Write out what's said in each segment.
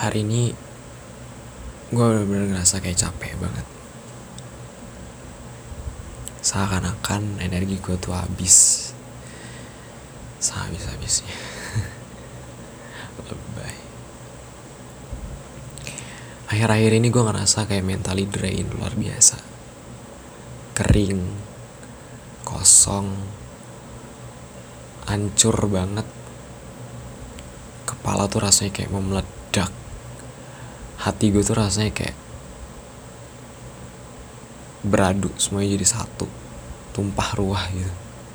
Hari ini gue bener-bener ngerasa kayak capek banget. Seakan-akan energi gue tuh habis. Sehabis-habisnya. Lebay. Akhir-akhir ini gue ngerasa kayak mentally drain luar biasa. Kering, kosong, hancur banget. Kepala tuh rasanya kayak mau meledak. Hati gue tuh rasanya kayak beradu, semuanya jadi satu, tumpah ruah gitu.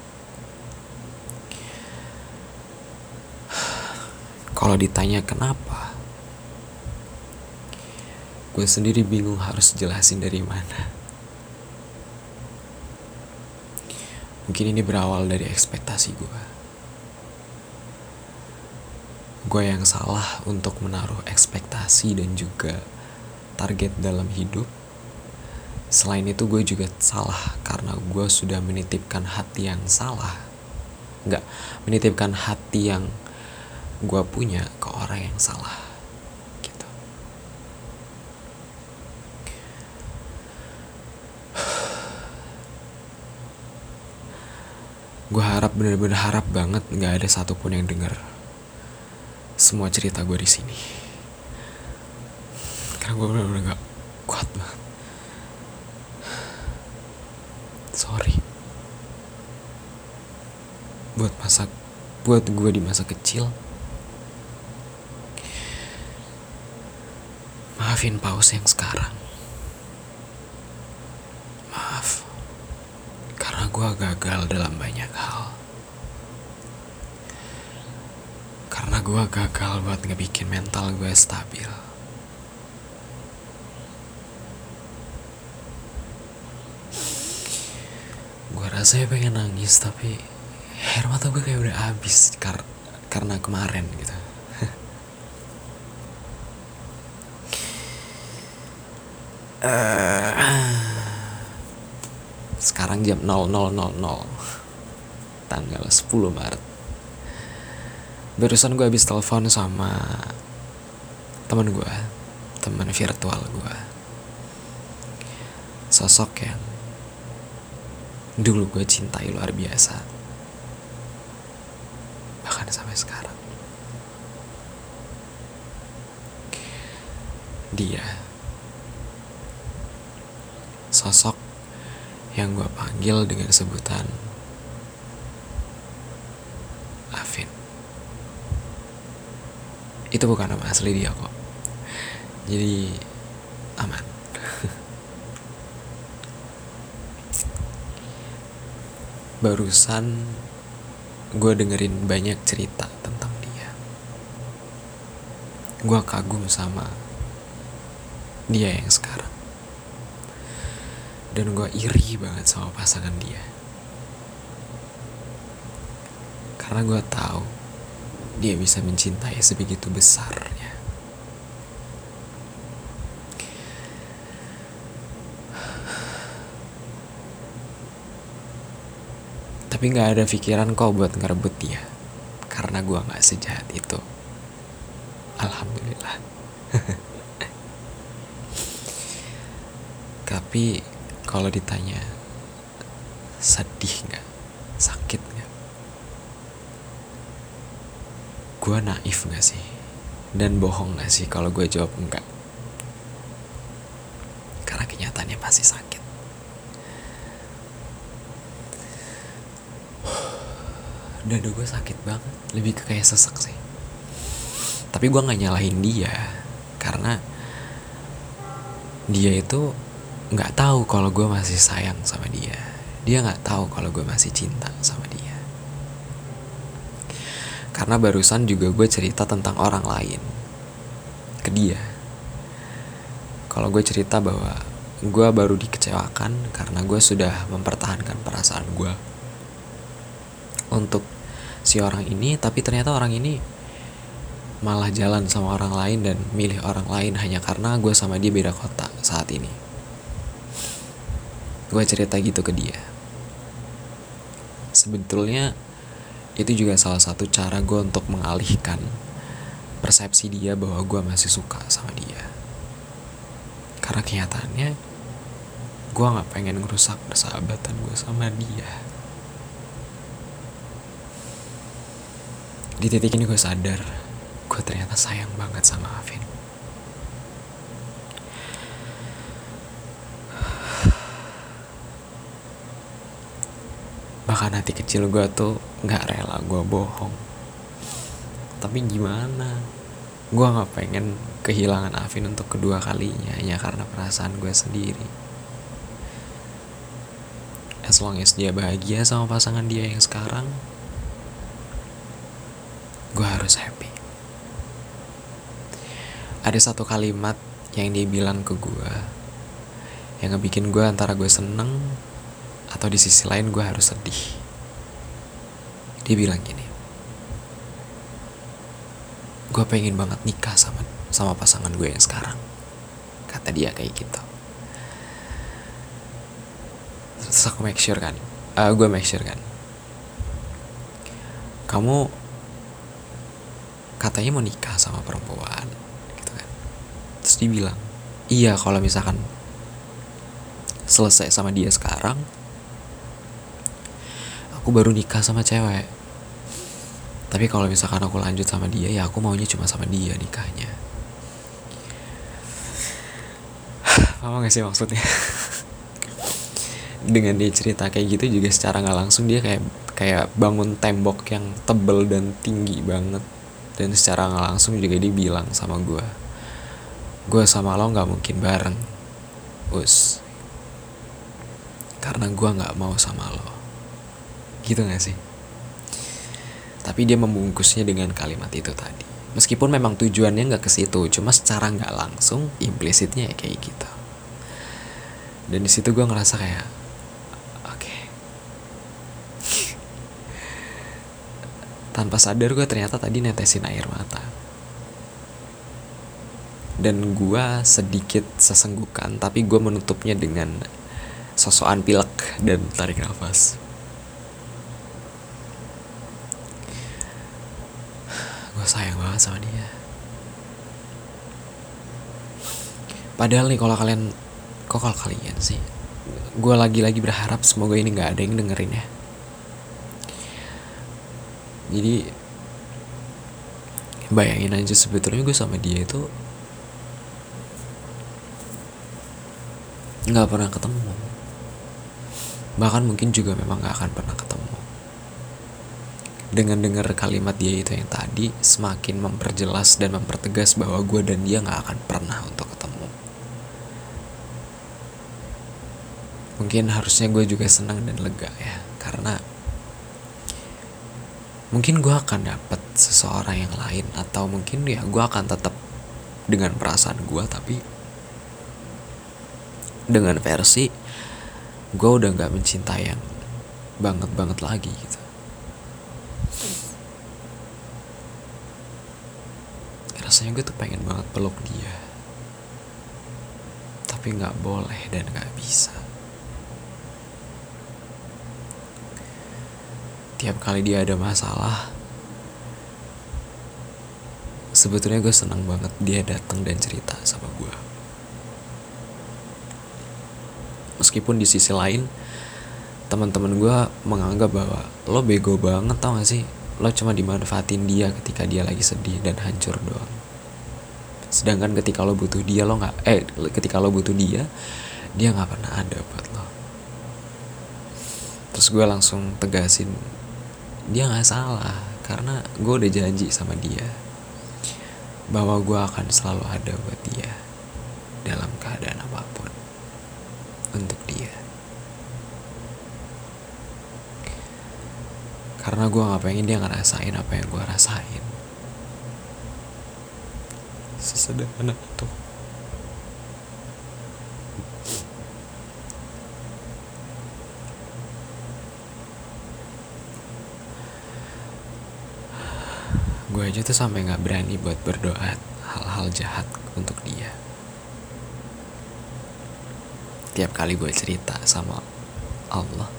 Kalau ditanya kenapa, gue sendiri bingung harus jelasin dari mana. Mungkin ini berawal dari ekspektasi gue. Gue yang salah untuk menaruh ekspektasi dan juga target dalam hidup. Selain itu gue juga salah karena gue sudah menitipkan hati yang salah. Menitipkan hati yang gue punya ke orang yang salah gitu. Gue harap, bener-bener harap banget gak ada satupun yang denger semua cerita gue di sini. Karena gue bener-bener gak kuat banget. Sorry buat gue di masa kecil. Maafin Paus yang sekarang. Maaf karena gue gagal dalam banyak hal. Karena gue gagal buat ngebikin mental gue stabil. Gue rasanya pengen nangis tapi air mata gue kayak udah habis karena kemarin gitu. Sekarang jam 00.00 tanggal 10 Maret. Barusan gue habis telepon sama teman virtual gue. Sosok yang dulu gue cintai luar biasa. Bahkan sampai sekarang. Dia sosok yang gue panggil dengan sebutan Afin. Itu bukan nama asli dia kok. Jadi aman. Barusan gue dengerin banyak cerita tentang dia. Gue kagum sama dia yang sekarang. Dan gue iri banget sama pasangan dia. Karena gue tahu dia bisa mencintai sebegitu besarnya. Tapi gak ada pikiran kok buat ngerebut dia. Karena gue gak sejahat itu. Alhamdulillah. Tapi kalau ditanya sedih gak? Sakit gak? Gue naif gak sih? Dan bohong gak sih kalau gue jawab enggak? Karena kenyataannya pasti sakit. Dada gue sakit banget. Lebih ke kayak sesek sih. Tapi gue gak nyalahin dia. Karena dia itu gak tahu kalau gue masih sayang sama dia. Dia gak tahu kalau gue masih cinta sama dia. Karena barusan juga gue cerita tentang orang lain ke dia. Kalau gue cerita bahwa gue baru dikecewakan karena gue sudah mempertahankan perasaan gue untuk si orang ini, tapi ternyata orang ini malah jalan sama orang lain dan milih orang lain hanya karena gue sama dia beda kota saat ini. Gue cerita gitu ke dia. Sebetulnya itu juga salah satu cara gue untuk mengalihkan persepsi dia bahwa gue masih suka sama dia. Karena kenyataannya gue gak pengen ngerusak persahabatan gue sama dia. Di titik ini gue sadar gue ternyata sayang banget sama Afin. Bahkan hati kecil gue tuh gak rela gue bohong. Tapi gimana, gue gak pengen kehilangan Afin untuk kedua kalinya hanya karena perasaan gue sendiri. As long as dia bahagia sama pasangan dia yang sekarang, gue harus happy. Ada satu kalimat yang dia bilang ke gue yang ngebikin gue antara gue seneng atau di sisi lain gue harus sedih. Dia bilang gini, gue pengen banget nikah sama pasangan gue yang sekarang. Kata dia kayak gitu. Terus aku make sure kan, gue make sure kan, kamu katanya mau nikah sama perempuan gitu kan. Terus dia bilang, iya kalau misalkan selesai sama dia sekarang, aku baru nikah sama cewek. Tapi kalau misalkan aku lanjut sama dia, ya aku maunya cuma sama dia nikahnya. Paham gak sih maksudnya? Dengan dia cerita kayak gitu juga secara gak langsung dia kayak bangun tembok yang tebel dan tinggi banget. Dan secara gak langsung juga dia bilang sama gue sama lo gak mungkin bareng, Us, karena gue gak mau sama lo. Gitu gak sih? Tapi dia membungkusnya dengan kalimat itu tadi. Meskipun memang tujuannya gak ke situ, cuma secara gak langsung implisitnya ya kayak gitu. Dan di situ gue ngerasa kayak oke. Tanpa sadar gue ternyata tadi netesin air mata. Dan gue sedikit sesenggukan, tapi gue menutupnya dengan sosokan pilek dan tarik nafas. Gue sayang banget sama dia. Padahal nih kalau kalian sih, gue lagi-lagi berharap semoga ini gak ada yang dengerin ya. Jadi bayangin aja sebetulnya gue sama dia itu gak pernah ketemu. Bahkan mungkin juga memang gak akan pernah ketemu. Dengan dengar kalimat dia itu yang tadi, semakin memperjelas dan mempertegas bahwa gue dan dia gak akan pernah untuk ketemu. Mungkin harusnya gue juga senang dan lega ya, karena mungkin gue akan dapet seseorang yang lain, atau mungkin ya gue akan tetap dengan perasaan gue, tapi dengan versi gue udah gak mencintai yang banget lagi gitu. Rasanya gue tuh pengen banget peluk dia, tapi gak boleh dan gak bisa. Tiap kali dia ada masalah, sebetulnya gue senang banget dia datang dan cerita sama gue. Meskipun di sisi lain teman-teman gue menganggap bahwa lo bego banget, tau gak sih, lo cuma dimanfaatin dia ketika dia lagi sedih dan hancur doang. Sedangkan ketika lo butuh dia, ketika lo butuh dia nggak pernah ada buat lo. Terus gue langsung tegasin, dia nggak salah, karena gue udah janji sama dia bahwa gue akan selalu ada buat dia dalam keadaan apapun untuk dia. Karena gue gak pengen dia ngerasain apa yang gue rasain. Sesederhana itu. Gue aja tuh sampai gak berani buat berdoa hal-hal jahat untuk dia. Tiap kali gue cerita sama Allah,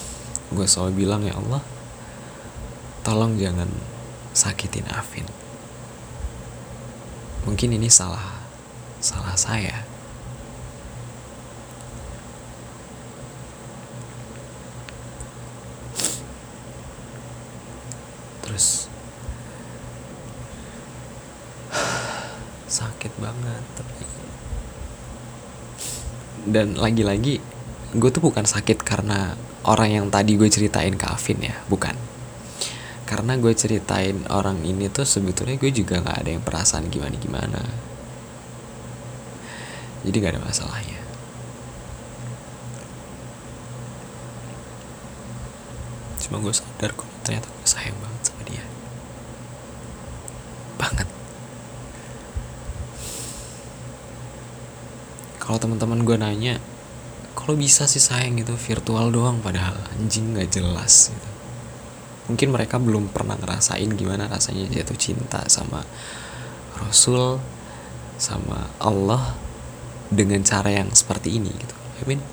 gue selalu bilang, ya Allah, tolong jangan sakitin Afin. Mungkin ini salah saya. Terus sakit banget, tapi dan lagi-lagi gue tuh bukan sakit karena orang yang tadi gue ceritain ke Afin ya, bukan. Karena gue ceritain orang ini tuh sebetulnya gue juga nggak ada yang perasaan gimana, jadi nggak ada masalahnya. Cuma gue sadar kok ternyata gue sayang banget sama dia, banget. Kalau teman-teman gue nanya, kalau bisa sih sayang gitu virtual doang, padahal anjing nggak jelas gitu. Mungkin mereka belum pernah ngerasain gimana rasanya jatuh cinta sama Rasul, sama Allah dengan cara yang seperti ini gitu. I mean,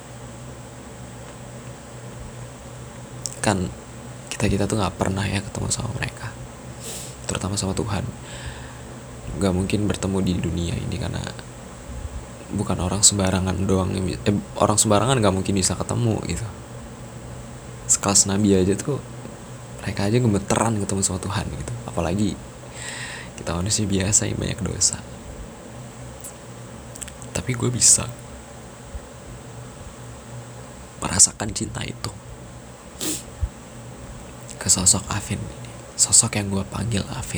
kan kita tuh nggak pernah ya ketemu sama mereka, terutama sama Tuhan. Nggak mungkin bertemu di dunia ini karena bukan orang sembarangan doang orang sembarangan nggak mungkin bisa ketemu gitu. Sekelas Nabi aja tuh mereka aja gemeteran ketemu sama Tuhan gitu, apalagi kita manusia biasa yang banyak dosa. Tapi gue bisa merasakan cinta itu ke sosok Afin ini, sosok yang gue panggil Afin.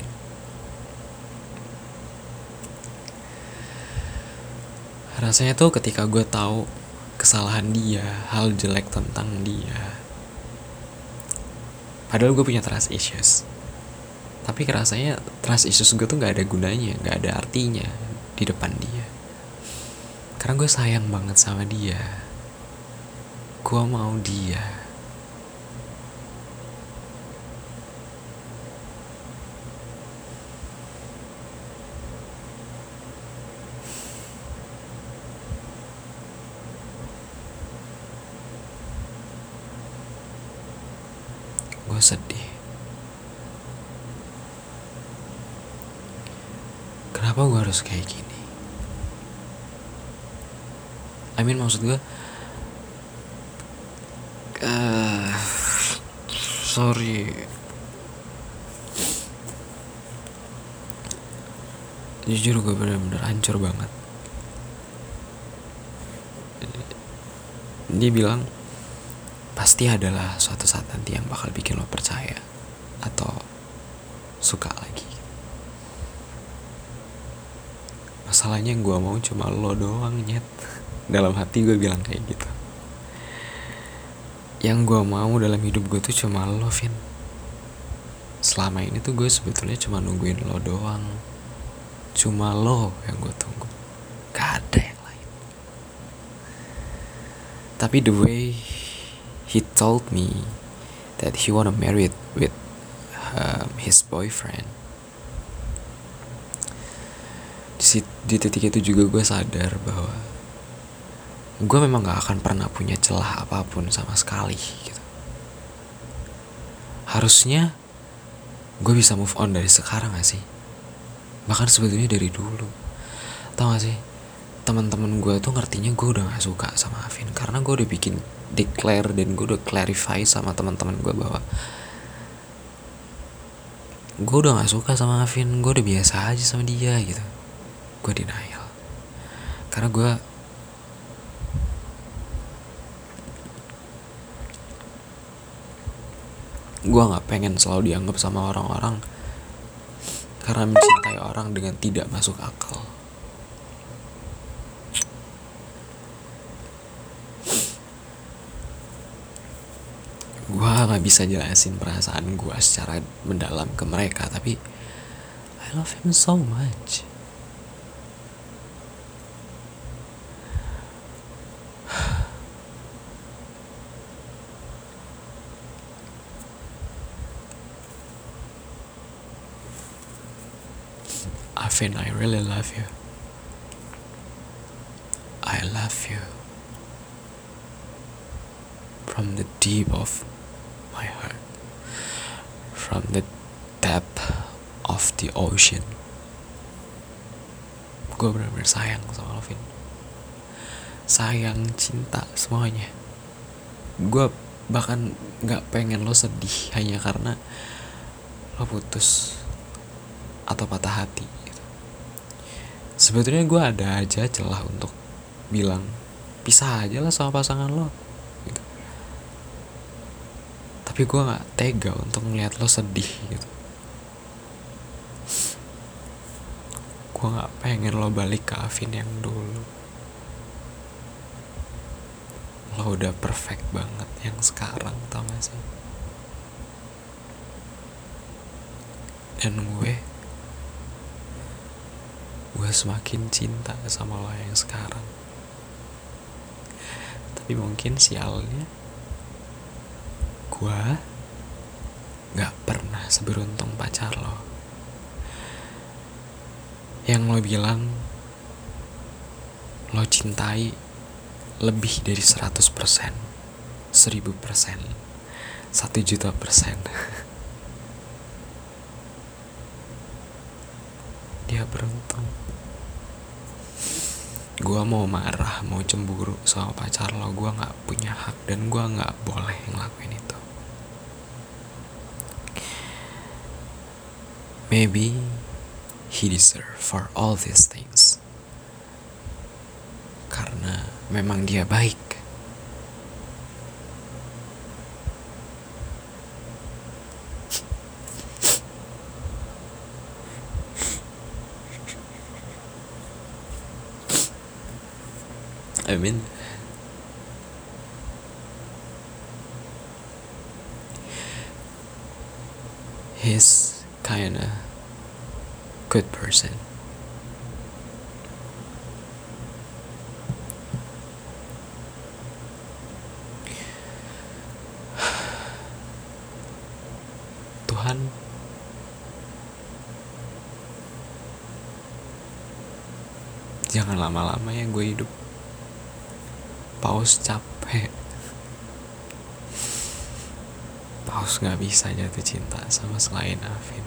Rasanya tuh ketika gue tahu kesalahan dia, hal jelek tentang dia, padahal gue punya trust issues, tapi rasanya trust issues gue tuh gak ada gunanya, gak ada artinya di depan dia. Karena gue sayang banget sama dia, gue mau dia. Gue sedih. Kenapa gue harus kayak gini? I mean, maksud gue sorry, jujur gue bener-bener hancur banget. Dia bilang pasti adalah suatu saat nanti yang bakal bikin lo percaya atau suka lagi. Masalahnya gue mau cuma lo doang, nyet. Dalam hati gue bilang kayak gitu. Yang gue mau dalam hidup gue tuh cuma lo, Vin. Selama ini tuh gue sebetulnya cuma nungguin lo doang. Cuma lo yang gue tunggu, gak ada yang lain. Tapi the way he told me that he wanna marry with his boyfriend, di titik itu juga gue sadar bahwa gue memang gak akan pernah punya celah apapun sama sekali gitu. Harusnya gue bisa move on dari sekarang gak sih? Bahkan sebetulnya dari dulu. Tau gak sih, teman-teman gue tuh ngertinya gue udah gak suka sama Afin karena gue udah bikin declare dan gue udah clarify sama teman-teman gue bahwa gue udah gak suka sama Afin, gue udah biasa aja sama dia gitu. Gue denial karena gue gak pengen selalu dianggap sama orang-orang karena mencintai orang dengan tidak masuk akal. Gue gak bisa jelasin perasaan gue secara mendalam ke mereka, tapi I love him so much. Afin, I really love you. I love you from the deep of my heart, from the depth of the ocean. gue benar-benar sayang sama lo, Vin. Sayang, cinta, semuanya. Gue bahkan gak pengen lo sedih hanya karena lo putus atau patah hati gitu. Sebetulnya gue ada aja celah untuk bilang pisah aja lah sama pasangan lo gitu. Tapi gue gak tega untuk ngeliat lo sedih gitu. Gue gak pengen lo balik ke Afin yang dulu. Lo udah perfect banget yang sekarang, tau gak sih? Dan gue semakin cinta sama lo yang sekarang. Tapi mungkin sialnya gue gak pernah seberuntung pacar lo yang lo bilang lo cintai lebih dari 100%, 1000%, 1.000.000%. Dia beruntung. Gue mau marah, mau cemburu sama pacar lo, gue gak punya hak dan gue gak boleh ngelakuin itu. Maybe he deserve for all these things karena memang dia baik. I mean, he's kinda good person. Tuhan jangan lama-lama ya gue hidup. Paus capek. Paus gak bisa jatuh cinta sama selain Afin.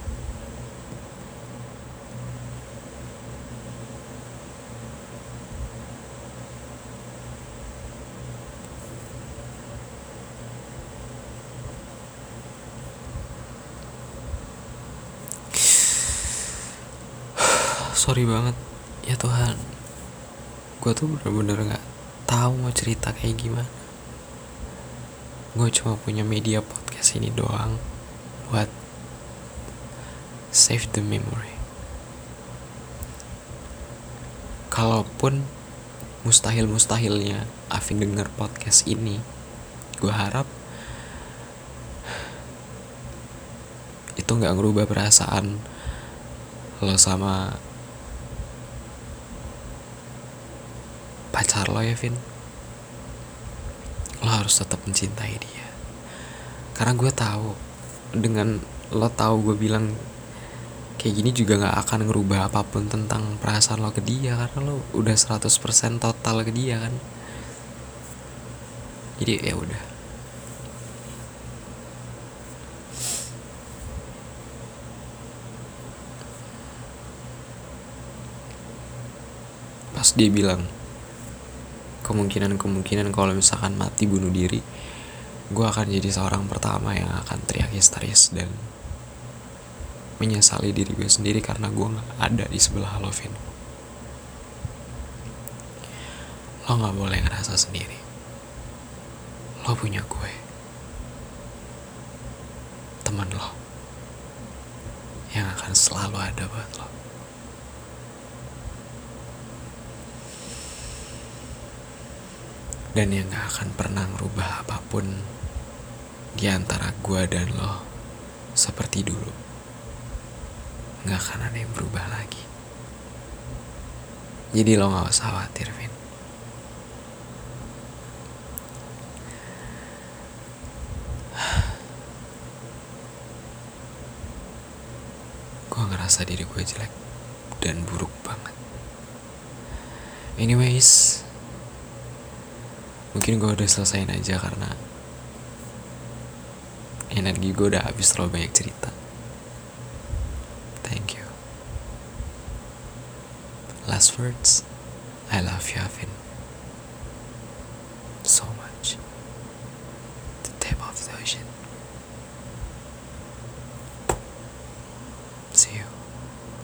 Sorry banget ya Tuhan. Gue tuh bener-bener gak tahu mau cerita kayak gimana. Gue cuma punya media podcast ini doang buat save the memory. Kalaupun mustahilnya Afin denger podcast ini, gue harap itu gak ngerubah perasaan lo sama pacar lo ya, Vin. Lo harus tetap mencintai dia. Karena gue tahu dengan lo tahu gue bilang kayak gini juga gak akan ngerubah apapun tentang perasaan lo ke dia, karena lo udah 100% total ke dia kan. Jadi ya udah. Pas dia bilang kemungkinan kalau misalkan mati bunuh diri, gue akan jadi seorang pertama yang akan teriak histeris dan menyesali diri gue sendiri karena gue gak ada di sebelah lo, Vin. Lo gak boleh ngerasa sendiri. Lo punya gue, teman lo, yang akan selalu ada buat lo. Dan yang gak akan pernah ngerubah apapun di antara gue dan lo seperti dulu. Gak akan ada yang berubah lagi. Jadi lo gak usah khawatir, Vin. Gue ngerasa diri gue jelek dan buruk banget. Anyways, mungkin gue udah selesain aja karena energi gue udah habis terlalu banyak cerita. Thank you. last words, I love you, Avin, so much. The tip of the ocean.